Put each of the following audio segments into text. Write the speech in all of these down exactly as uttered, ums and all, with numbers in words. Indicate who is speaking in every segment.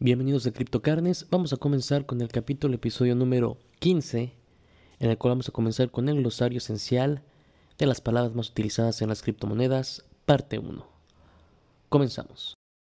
Speaker 1: Bienvenidos a CryptoCarnes. Vamos a comenzar con el capítulo, episodio número quince, en el cual vamos a comenzar con el glosario esencial de las palabras más utilizadas en las criptomonedas, parte uno. Comenzamos.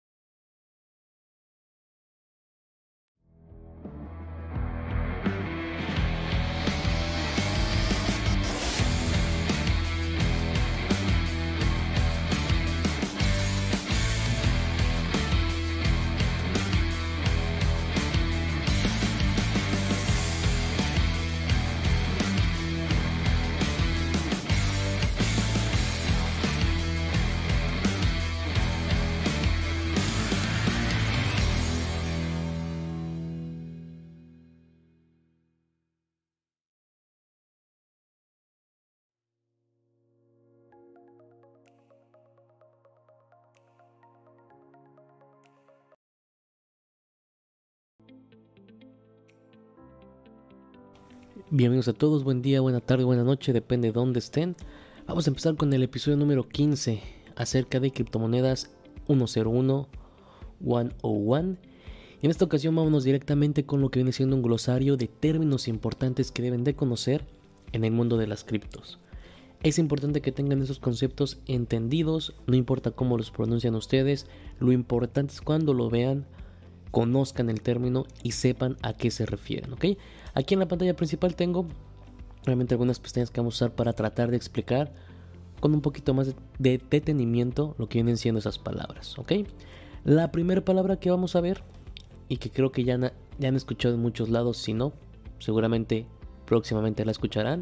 Speaker 1: Bienvenidos a todos, buen día, buena tarde, buena noche, depende de dónde estén. Vamos a empezar con el episodio número quince acerca de criptomonedas ciento uno, ciento uno. Y en esta ocasión vámonos directamente con lo que viene siendo un glosario de términos importantes que deben de conocer en el mundo de las criptos. Es importante que tengan esos conceptos entendidos, no importa cómo los pronuncian ustedes, lo importante es cuando lo vean, conozcan el término y sepan a qué se refieren, ¿ok? Aquí en la pantalla principal tengo realmente algunas pestañas que vamos a usar para tratar de explicar con un poquito más de detenimiento lo que vienen siendo esas palabras, ¿ok? La primera palabra que vamos a ver, y que creo que ya, na, ya han escuchado en muchos lados, si no, seguramente próximamente la escucharán,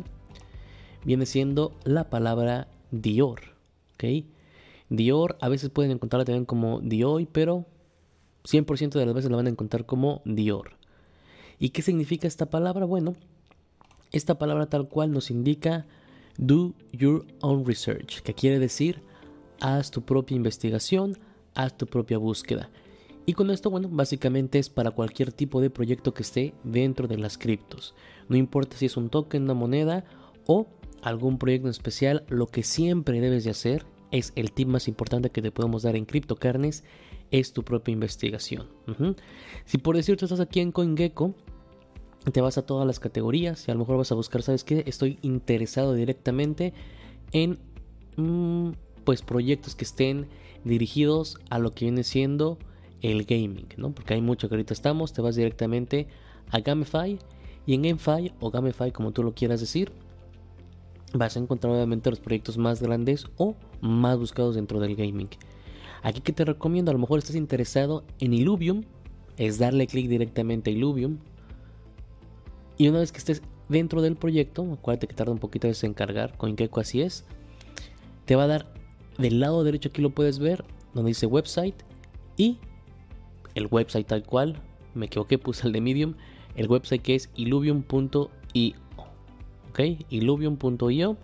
Speaker 1: viene siendo la palabra Dior, ¿ok? Dior, a veces pueden encontrarla también como Dior, pero cien por ciento de las veces la van a encontrar como Dior. ¿Y qué significa esta palabra? Bueno, esta palabra tal cual nos indica do your own research, que quiere decir haz tu propia investigación, haz tu propia búsqueda. Y con esto, bueno, básicamente es para cualquier tipo de proyecto que esté dentro de las criptos. No importa si es un token, una moneda o algún proyecto en especial, lo que siempre debes de hacer es el tip más importante que te podemos dar en CryptoCarnes, es tu propia investigación. Uh-huh. Si por decirte estás aquí en CoinGecko, te vas a todas las categorías y a lo mejor vas a buscar, ¿sabes qué? Estoy interesado directamente en mmm, pues proyectos que estén dirigidos a lo que viene siendo el gaming, ¿no? Porque hay mucho que ahorita estamos, te vas directamente a Gamify y en Gamify o Gamify como tú lo quieras decir, vas a encontrar obviamente los proyectos más grandes o más buscados dentro del gaming. Aquí que te recomiendo, a lo mejor estás interesado en Illuvium, es darle clic directamente a Illuvium. Y una vez que estés dentro del proyecto, acuérdate que tarda un poquito en cargar, CoinGecko así es, te va a dar del lado derecho, aquí lo puedes ver, donde dice website, y el website tal cual, me equivoqué, puse el de Medium, el website que es illuvium punto io, ok, illuvium punto io,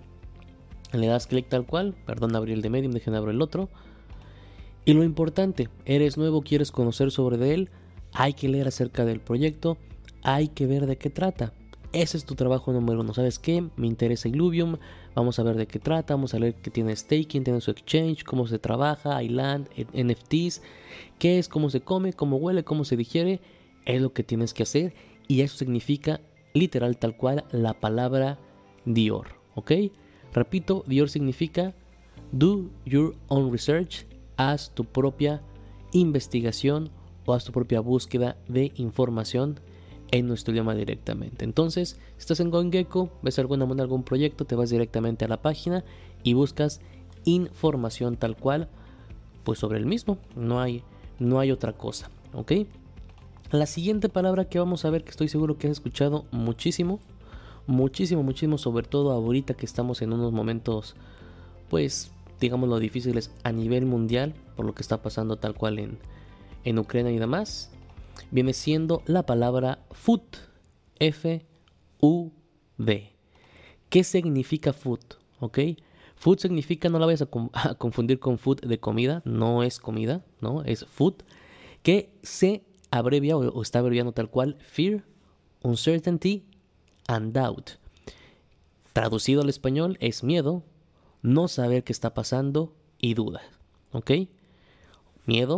Speaker 1: le das clic tal cual, perdón, abrí el de Medium, déjenme abrir el otro. Y lo importante, eres nuevo, quieres conocer sobre él, hay que leer acerca del proyecto, hay que ver de qué trata. Ese es tu trabajo número uno. ¿Sabes qué? Me interesa Illuvium, vamos a ver de qué trata, vamos a leer qué tiene staking, tiene su exchange, cómo se trabaja, hay land, N F Ts, qué es, cómo se come, cómo huele, cómo se digiere, es lo que tienes que hacer y eso significa literal tal cual la palabra Dior, ¿ok? Repito, Dior significa do your own research, haz tu propia investigación o haz tu propia búsqueda de información en nuestro idioma directamente. Entonces, si estás en CoinGecko, ves alguna moneda, algún proyecto, te vas directamente a la página y buscas información tal cual, pues sobre el mismo. No hay, no hay otra cosa, ¿ok? La siguiente palabra que vamos a ver, que estoy seguro que has escuchado muchísimo, muchísimo, muchísimo, sobre todo ahorita que estamos en unos momentos, pues, digámoslo, difíciles a nivel mundial, por lo que está pasando tal cual en, en Ucrania y demás, viene siendo la palabra food, F U D. ¿Qué significa food? ¿Ok? Food significa, no la vayas a, com- a confundir con food de comida, no es comida, ¿no? Es food, que se abrevia o, o está abreviando tal cual, fear, uncertainty and doubt. Traducido al español es miedo, no saber qué está pasando y duda, ¿ok? Miedo,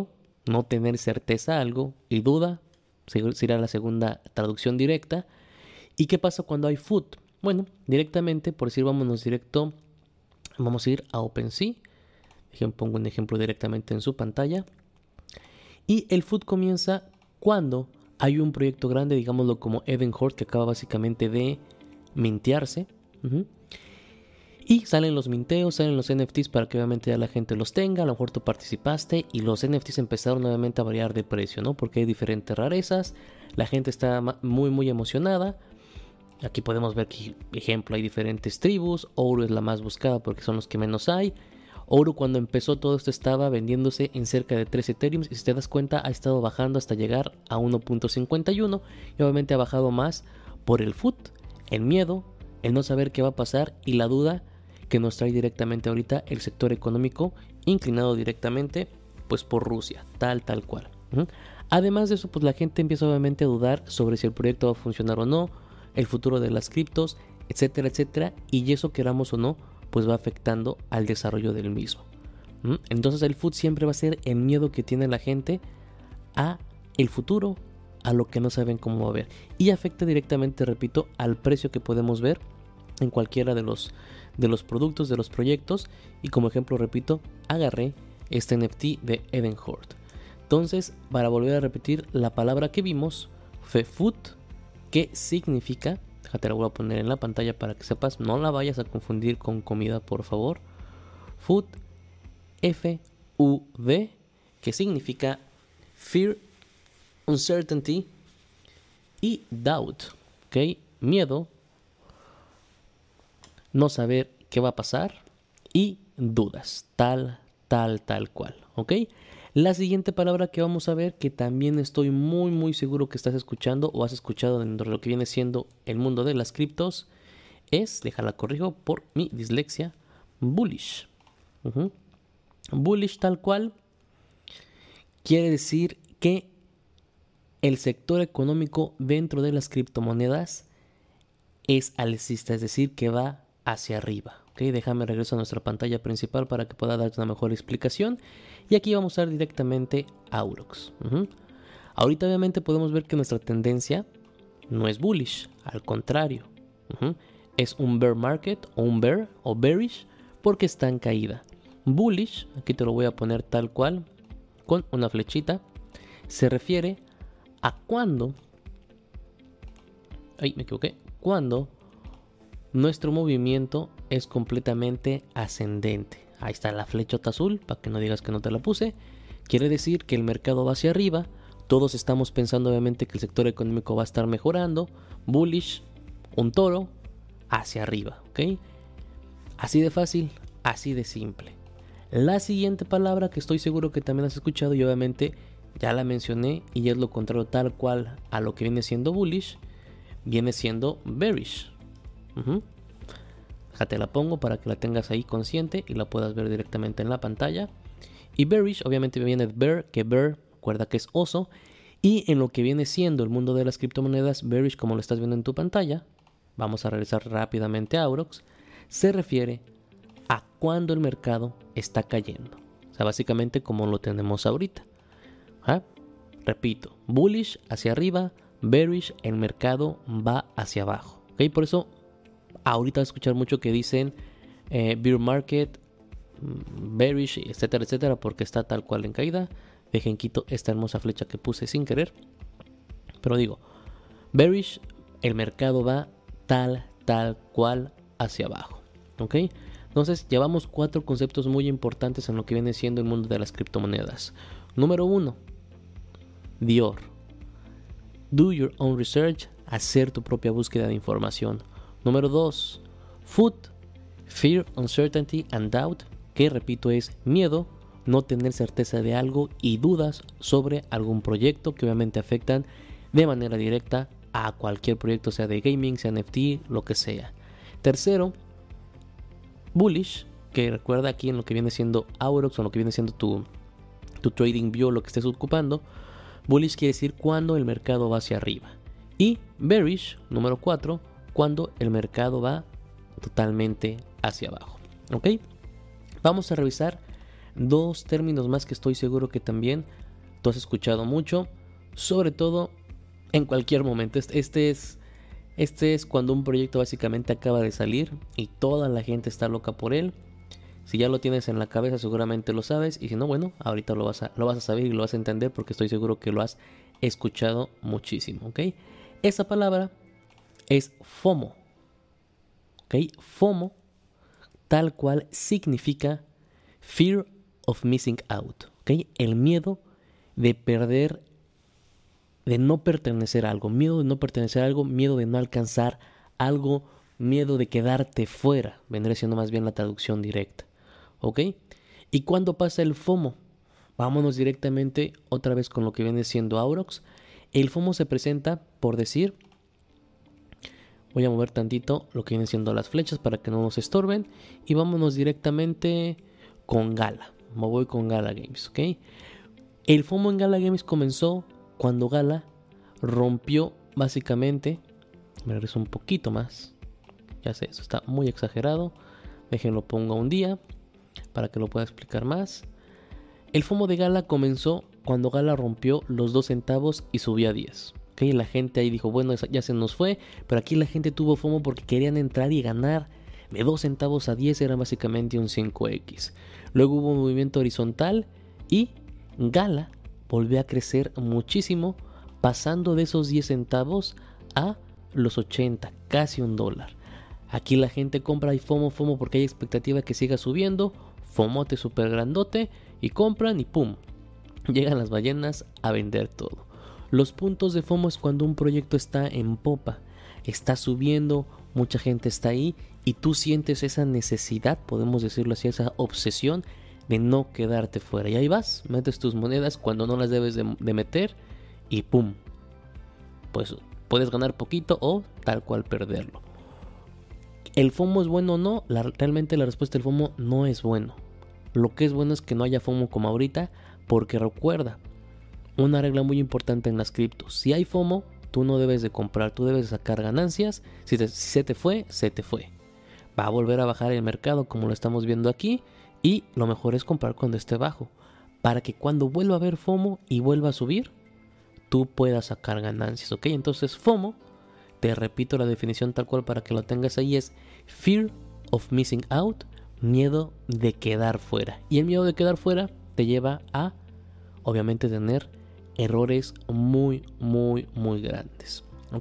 Speaker 1: no tener certeza algo, y duda sería la segunda traducción directa. ¿Y qué pasa cuando hay food? Bueno, directamente, por decir, vámonos directo, vamos a ir a OpenSea. Pongo un ejemplo directamente en su pantalla. Y el food comienza cuando hay un proyecto grande, digámoslo como Edenhorde, que acaba básicamente de mintearse. Uh-huh. Y salen los minteos, salen los N F Ts para que obviamente ya la gente los tenga. A lo mejor tú participaste y los N F Ts empezaron nuevamente a variar de precio, ¿no? Porque hay diferentes rarezas. La gente está muy muy emocionada. Aquí podemos ver que, ejemplo, hay diferentes tribus. Ouro es la más buscada porque son los que menos hay. Ouro, cuando empezó todo esto, estaba vendiéndose en cerca de tres Ethereum. Y si te das cuenta, ha estado bajando hasta llegar a uno punto cincuenta y uno. Y obviamente ha bajado más por el food, el miedo, el no saber qué va a pasar y la duda que nos trae directamente ahorita el sector económico, inclinado directamente pues por Rusia, tal, tal cual. ¿Uh? Además de eso, pues la gente empieza obviamente a dudar sobre si el proyecto va a funcionar o no, el futuro de las criptos, etcétera, etcétera. Y eso, queramos o no, pues va afectando al desarrollo del mismo. ¿Mm? Entonces el food siempre va a ser el miedo que tiene la gente a el futuro, a lo que no saben cómo va a ver. Y afecta directamente, repito, al precio que podemos ver en cualquiera de los, de los productos, de los proyectos. Y como ejemplo, repito, agarré este N F T de Edenhorde. Entonces, para volver a repetir, la palabra que vimos fue food, que significa... Déjate, la voy a poner en la pantalla para que sepas. No la vayas a confundir con comida, por favor. Food, F U D, que significa fear, uncertainty y doubt. ¿Ok? Miedo, no saber qué va a pasar y dudas. Tal, tal, tal cual. ¿Ok? La siguiente palabra que vamos a ver, que también estoy muy muy seguro que estás escuchando o has escuchado dentro de lo que viene siendo el mundo de las criptos, es, déjala corrijo por mi dislexia, bullish. Uh-huh. Bullish tal cual quiere decir que el sector económico dentro de las criptomonedas es alcista, es decir, que va hacia arriba. Okay, déjame regreso a nuestra pantalla principal para que pueda darte una mejor explicación. Y aquí vamos a ver directamente Aurochs. Uh-huh. Ahorita obviamente podemos ver que nuestra tendencia no es bullish, al contrario. Uh-huh. Es un bear market o un bear o bearish porque está en caída. Bullish, aquí te lo voy a poner tal cual con una flechita, se refiere a cuando, ay, me equivoqué, cuando nuestro movimiento es completamente ascendente. Ahí está la flechota azul, para que no digas que no te la puse. Quiere decir que el mercado va hacia arriba. Todos estamos pensando obviamente que el sector económico va a estar mejorando. Bullish, un toro, hacia arriba, ¿ok? Así de fácil, así de simple. La siguiente palabra que estoy seguro que también has escuchado y obviamente ya la mencioné y es lo contrario tal cual a lo que viene siendo bullish, viene siendo bearish. Uh-huh. Te la pongo para que la tengas ahí consciente y la puedas ver directamente en la pantalla. Y bearish obviamente viene de bear, que bear, recuerda que es oso. Y en lo que viene siendo el mundo de las criptomonedas, bearish, como lo estás viendo en tu pantalla, vamos a regresar rápidamente a Aurochs, se refiere a cuando el mercado está cayendo. O sea, básicamente como lo tenemos ahorita. ¿Ah? Repito, bullish hacia arriba, bearish, el mercado va hacia abajo. ¿Okay? Por eso ahorita vas a escuchar mucho que dicen eh, bear market, bearish, etcétera, etcétera, porque está tal cual en caída. Dejen quito esta hermosa flecha que puse sin querer. Pero digo, bearish, el mercado va tal, tal cual hacia abajo. ¿Ok? Entonces llevamos cuatro conceptos muy importantes en lo que viene siendo el mundo de las criptomonedas. Número uno, Dior. Do your own research, hacer tu propia búsqueda de información. Número dos, Food, Fear, Uncertainty and Doubt, que repito es miedo, no tener certeza de algo y dudas sobre algún proyecto que obviamente afectan de manera directa a cualquier proyecto, sea de gaming, sea N F T, lo que sea. Tercero, Bullish, que recuerda aquí en lo que viene siendo Aurochs o lo que viene siendo tu, tu trading view, lo que estés ocupando. Bullish quiere decir cuando el mercado va hacia arriba. Y Bearish, número cuatro, cuando el mercado va totalmente hacia abajo. ¿Ok? Vamos a revisar dos términos más que estoy seguro que también tú has escuchado mucho, sobre todo en cualquier momento. Este, este es este es cuando un proyecto básicamente acaba de salir y toda la gente está loca por él. Si ya lo tienes en la cabeza, seguramente lo sabes, y si no, bueno, ahorita lo vas a, lo vas a saber y lo vas a entender, porque estoy seguro que lo has escuchado muchísimo, ¿ok? Esa palabra es FOMO, ¿ok? FOMO tal cual significa Fear of Missing Out, ¿ok? El miedo de perder, de no pertenecer a algo, miedo de no pertenecer a algo, miedo de no alcanzar algo, miedo de quedarte fuera, vendría siendo más bien la traducción directa, ¿ok? ¿Y cuándo pasa el FOMO? Vámonos directamente otra vez con lo que viene siendo Aurochs. El FOMO se presenta, por decir, voy a mover tantito lo que vienen siendo las flechas para que no nos estorben, y vámonos directamente con Gala. Me voy con Gala Games, ¿ok? El FOMO en Gala Games comenzó cuando Gala rompió básicamente, me regreso un poquito más, ya sé, eso está muy exagerado, déjenlo pongo un día para que lo pueda explicar más. El FOMO de Gala comenzó cuando Gala rompió los dos centavos y subió a diez. ¿Okay? La gente ahí dijo, bueno, ya se nos fue, pero aquí la gente tuvo FOMO porque querían entrar y ganar. De dos centavos a diez era básicamente un cinco equis. Luego hubo un movimiento horizontal y Gala volvió a crecer muchísimo, pasando de esos diez centavos a los ochenta, casi un dólar. Aquí la gente compra y FOMO, FOMO porque hay expectativa que siga subiendo, FOMOte súper grandote, y compran y pum, llegan las ballenas a vender todo. Los puntos de FOMO es cuando un proyecto está en popa, está subiendo, mucha gente está ahí y tú sientes esa necesidad, podemos decirlo así, esa obsesión de no quedarte fuera. Y ahí vas, metes tus monedas cuando no las debes de, de meter y pum, pues puedes ganar poquito o tal cual perderlo. ¿El FOMO es bueno o no? La, realmente la respuesta del FOMO no es bueno. Lo que es bueno es que no haya FOMO como ahorita, porque recuerda, una regla muy importante en las criptos, si hay FOMO, tú no debes de comprar, tú debes de sacar ganancias. Si, te, si se te fue, se te fue. Va a volver a bajar el mercado como lo estamos viendo aquí, y lo mejor es comprar cuando esté bajo, para que cuando vuelva a haber FOMO y vuelva a subir, tú puedas sacar ganancias, ¿ok? Entonces FOMO, te repito la definición tal cual para que lo tengas ahí, es Fear of Missing Out, miedo de quedar fuera. Y el miedo de quedar fuera te lleva a, obviamente, tener errores muy, muy, muy grandes, ¿ok?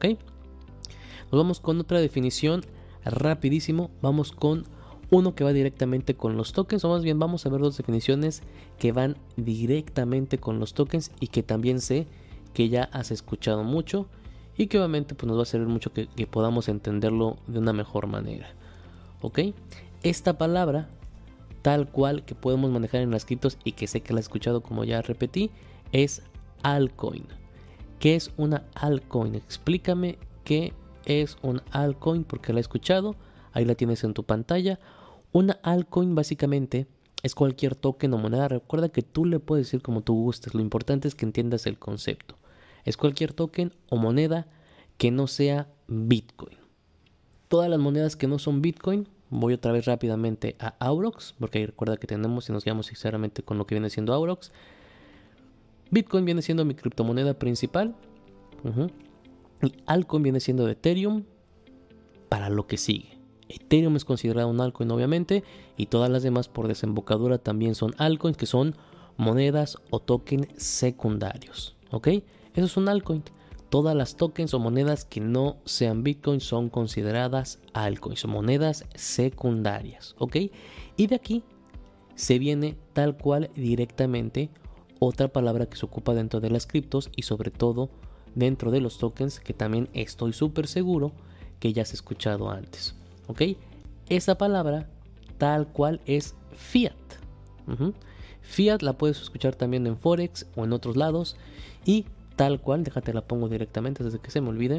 Speaker 1: Nos vamos con otra definición rapidísimo. Vamos con uno que va directamente con los tokens, o más bien vamos a ver dos definiciones que van directamente con los tokens y que también sé que ya has escuchado mucho y que obviamente pues nos va a servir mucho que, que podamos entenderlo de una mejor manera, ¿ok? Esta palabra, tal cual que podemos manejar en las criptos y que sé que la has escuchado como ya repetí, es altcoin. ¿Qué es una altcoin? Explícame qué es un altcoin porque la he escuchado. Ahí la tienes en tu pantalla. Una altcoin básicamente es cualquier token o moneda. Recuerda que tú le puedes decir como tú gustes. Lo importante es que entiendas el concepto. Es cualquier token o moneda que no sea Bitcoin. Todas las monedas que no son Bitcoin, voy otra vez rápidamente a Aurochs, porque ahí recuerda que tenemos y nos guiamos sinceramente con lo que viene siendo Aurochs. Bitcoin viene siendo mi criptomoneda principal. Uh-huh. Y altcoin viene siendo de Ethereum para lo que sigue. Ethereum es considerado un altcoin obviamente, y todas las demás por desembocadura también son altcoins, que son monedas o tokens secundarios, ¿ok? Eso es un altcoin. Todas las tokens o monedas que no sean Bitcoin son consideradas altcoins, o monedas secundarias, ¿ok? Y de aquí se viene tal cual directamente otra palabra que se ocupa dentro de las criptos y sobre todo dentro de los tokens, que también estoy súper seguro que ya has escuchado antes, ¿ok? Esa palabra tal cual es fiat. Uh-huh. Fiat la puedes escuchar también en Forex o en otros lados, y tal cual, déjate la pongo directamente desde que se me olvide.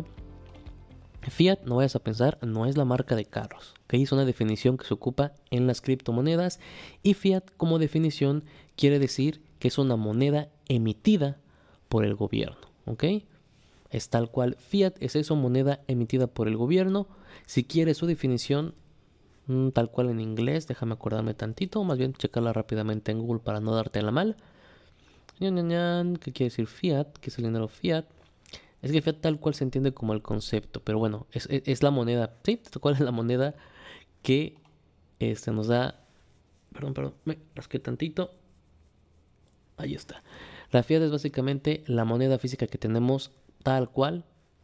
Speaker 1: Fiat, no vayas a pensar, no es la marca de carros, ¿ok? Es una definición que se ocupa en las criptomonedas, y fiat como definición quiere decir que es una moneda emitida por el gobierno, ¿ok? Es tal cual, fiat es eso, moneda emitida por el gobierno. Si quieres su definición mmm, tal cual en inglés, déjame acordarme tantito, más bien checarla rápidamente en Google para no darte la mal. ¿Qué quiere decir fiat? ¿Qué es el dinero fiat? Es que fiat tal cual se entiende como el concepto, pero bueno, es, es, es la moneda, ¿sí? Tal cual es la moneda que este, nos da... Perdón, perdón, me rasqué tantito. Ahí está. La fiat es básicamente la moneda física que tenemos tal cual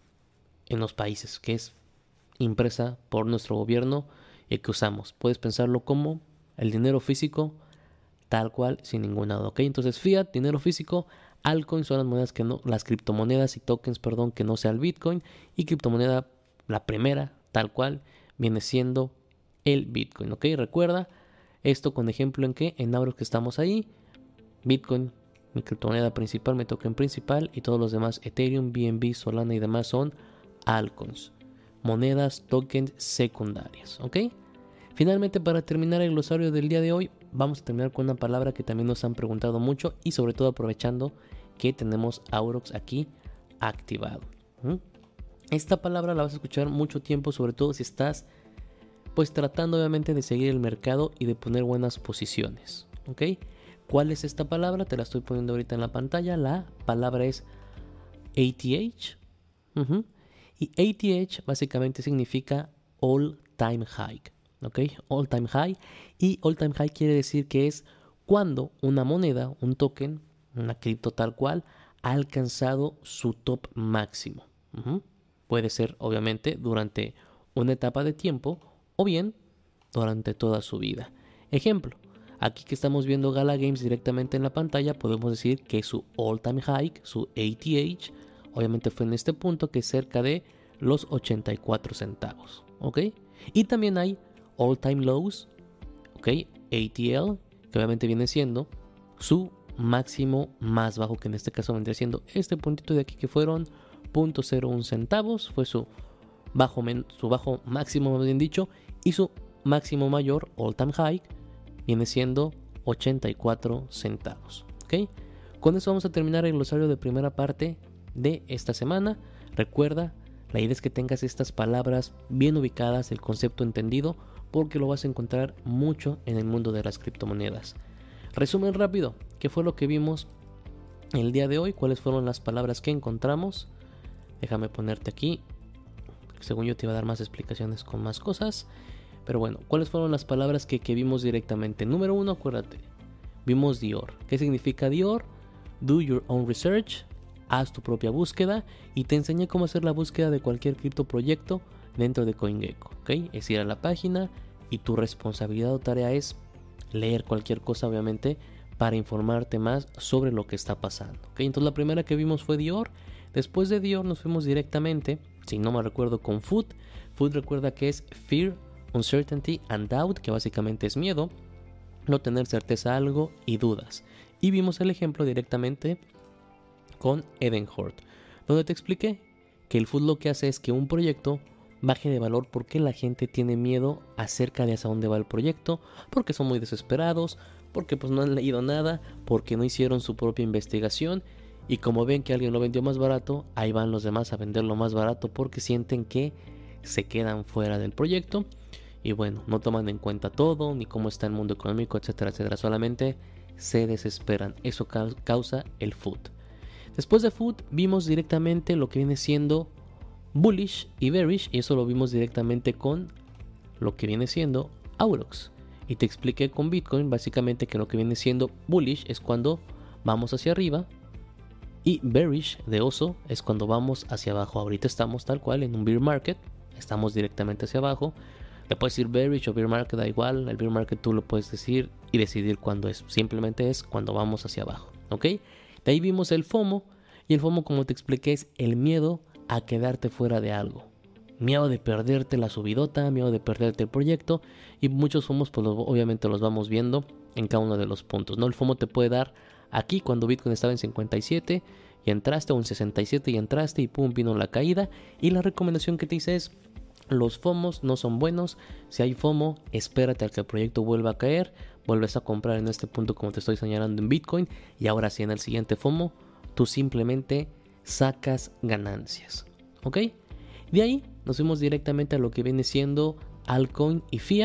Speaker 1: en los países, que es impresa por nuestro gobierno y que usamos. Puedes pensarlo como el dinero físico tal cual, sin ninguna duda, ¿ok? Entonces fiat, dinero físico, altcoins son las monedas que no, las criptomonedas y tokens, perdón, que no sea el Bitcoin, y criptomoneda, la primera, tal cual, viene siendo el Bitcoin, ¿ok? Recuerda esto con ejemplo en que en Aurochs que estamos ahí, Bitcoin, mi criptomoneda principal, mi token principal, y todos los demás, Ethereum, B N B, Solana y demás son altcoins, monedas, tokens secundarias, ¿ok? Finalmente, para terminar el glosario del día de hoy, vamos a terminar con una palabra que también nos han preguntado mucho y sobre todo aprovechando que tenemos Aurochs aquí activado. ¿Mm? Esta palabra la vas a escuchar mucho tiempo, sobre todo si estás pues tratando obviamente de seguir el mercado y de poner buenas posiciones, ¿ok? ¿Cuál es esta palabra? Te la estoy poniendo ahorita en la pantalla. La palabra es A T H. Uh-huh. Y A T H básicamente significa All Time High. ¿Ok? All Time High. Y All Time High quiere decir que es cuando una moneda, un token, una cripto tal cual, ha alcanzado su top máximo. Uh-huh. Puede ser, obviamente, durante una etapa de tiempo o bien durante toda su vida. Ejemplo, aquí que estamos viendo Gala Games directamente en la pantalla, podemos decir que su All Time High, su A T H, obviamente fue en este punto que es cerca de los ochenta y cuatro centavos. ¿Ok? Y también hay All Time Lows, ok, A T L, que obviamente viene siendo su máximo más bajo, que en este caso vendría siendo este puntito de aquí que fueron cero punto cero uno centavos, fue su bajo, su bajo máximo, más bien dicho, y su máximo mayor, All Time High, viene siendo ochenta y cuatro centavos, ok. Con eso vamos a terminar el glosario de primera parte de esta semana. Recuerda, la idea es que tengas estas palabras bien ubicadas, el concepto entendido, porque lo vas a encontrar mucho en el mundo de las criptomonedas. Resumen rápido, ¿qué fue lo que vimos el día de hoy? ¿Cuáles fueron las palabras que encontramos? Déjame ponerte aquí, según yo te iba a dar más explicaciones con más cosas, pero bueno, ¿cuáles fueron las palabras que, que vimos directamente? Número uno, acuérdate, vimos Dior. ¿Qué significa Dior? Do your own research, haz tu propia búsqueda, y te enseñé cómo hacer la búsqueda de cualquier criptoproyecto dentro de CoinGecko, ¿ok? Es ir a la página y tu responsabilidad o tarea es leer cualquier cosa, obviamente, para informarte más sobre lo que está pasando, ¿ok? Entonces la primera que vimos fue Dior. Después de Dior nos fuimos directamente, si no me recuerdo, con Food. Food recuerda que es Fear, Uncertainty and Doubt, que básicamente es miedo, no tener certeza de algo y dudas. Y vimos el ejemplo directamente con Edenhort, donde te expliqué que el Food lo que hace es que un proyecto baje de valor porque la gente tiene miedo acerca de hacia dónde va el proyecto, porque son muy desesperados, porque pues no han leído nada, porque no hicieron su propia investigación, y como ven que alguien lo vendió más barato, ahí van los demás a venderlo más barato porque sienten que se quedan fuera del proyecto. Y bueno, no toman en cuenta todo, ni cómo está el mundo económico, etcétera, etcétera. Solamente se desesperan. Eso causa el Food. Después de Food vimos directamente lo que viene siendo Bullish y Bearish. Y eso lo vimos directamente con lo que viene siendo Aurochs. Y te expliqué con Bitcoin básicamente que lo que viene siendo Bullish es cuando vamos hacia arriba. Y Bearish de oso es cuando vamos hacia abajo. Ahorita estamos tal cual en un bear market. Estamos directamente hacia abajo. Le puedes decir bearish o bear market, da igual. El bear market tú lo puedes decir y decidir cuándo es. Simplemente es cuando vamos hacia abajo, ¿ok? De ahí vimos el FOMO. Y el FOMO, como te expliqué, es el miedo a quedarte fuera de algo. Miedo de perderte la subidota, miedo de perderte el proyecto. Y muchos FOMOs, pues obviamente los vamos viendo en cada uno de los puntos, ¿no? El FOMO te puede dar aquí cuando Bitcoin estaba en cincuenta y siete y entraste, o en sesenta y siete y entraste y pum, vino la caída. Y la recomendación que te hice es: los FOMOs no son buenos. Si hay FOMO, espérate al que el proyecto vuelva a caer, vuelves a comprar en este punto como te estoy señalando en Bitcoin, y ahora sí en el siguiente FOMO tú simplemente sacas ganancias, ¿ok? De ahí nos fuimos directamente a lo que viene siendo altcoin y fiat.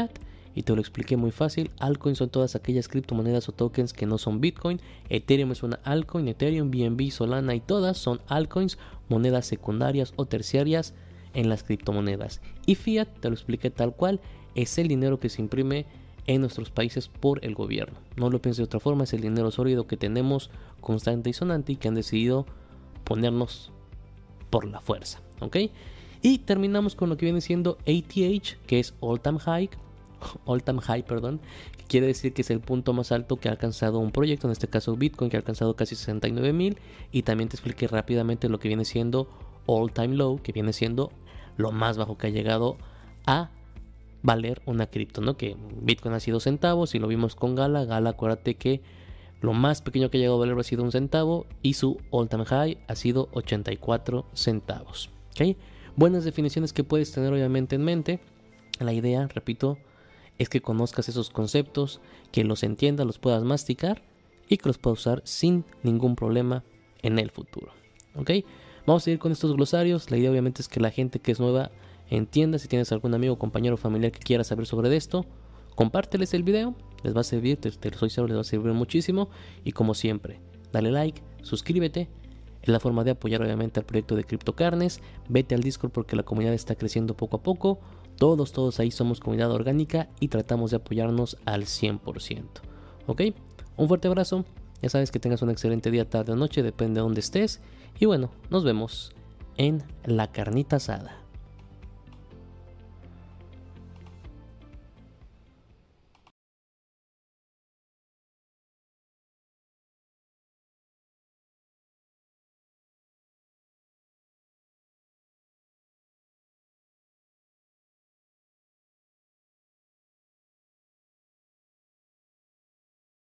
Speaker 1: y te lo expliqué muy fácil. Altcoins son todas aquellas criptomonedas o tokens que no son Bitcoin. Ethereum es una altcoin, Ethereum, B N B, Solana y todas son altcoins, monedas secundarias o terciarias en las criptomonedas. Y fiat, te lo expliqué tal cual, es el dinero que se imprime en nuestros países por el gobierno. No lo pienses de otra forma, es el dinero sólido que tenemos constante y sonante y que han decidido ponernos por la fuerza, ¿ok? Y terminamos con lo que viene siendo A T H, que es All Time High, All Time High, perdón, que quiere decir que es el punto más alto que ha alcanzado un proyecto, en este caso Bitcoin, que ha alcanzado casi sesenta y nueve mil, y también te expliqué rápidamente lo que viene siendo All Time Low, que viene siendo lo más bajo que ha llegado a valer una cripto, ¿no? Que Bitcoin ha sido centavos y lo vimos con Gala. Gala, acuérdate que lo más pequeño que ha llegado a valer ha sido un centavo y su all time high ha sido ochenta y cuatro centavos. ¿Ok? Buenas definiciones que puedes tener obviamente en mente. La idea, repito, es que conozcas esos conceptos, que los entiendas, los puedas masticar y que los puedas usar sin ningún problema en el futuro. ¿Ok? Vamos a seguir con estos glosarios. La idea obviamente es que la gente que es nueva entienda. Si tienes algún amigo, compañero o familiar que quiera saber sobre esto, compárteles el video, les va a servir, te, te lo soy seguro, les va a servir muchísimo. Y como siempre, dale like, suscríbete, es la forma de apoyar obviamente al proyecto de CryptoCarnes. Vete al Discord porque la comunidad está creciendo poco a poco, todos, todos ahí somos comunidad orgánica y tratamos de apoyarnos al cien por ciento. ¿Ok? Un fuerte abrazo, ya sabes que tengas un excelente día, tarde o noche, depende de dónde estés. Y bueno, nos vemos en la carnita asada.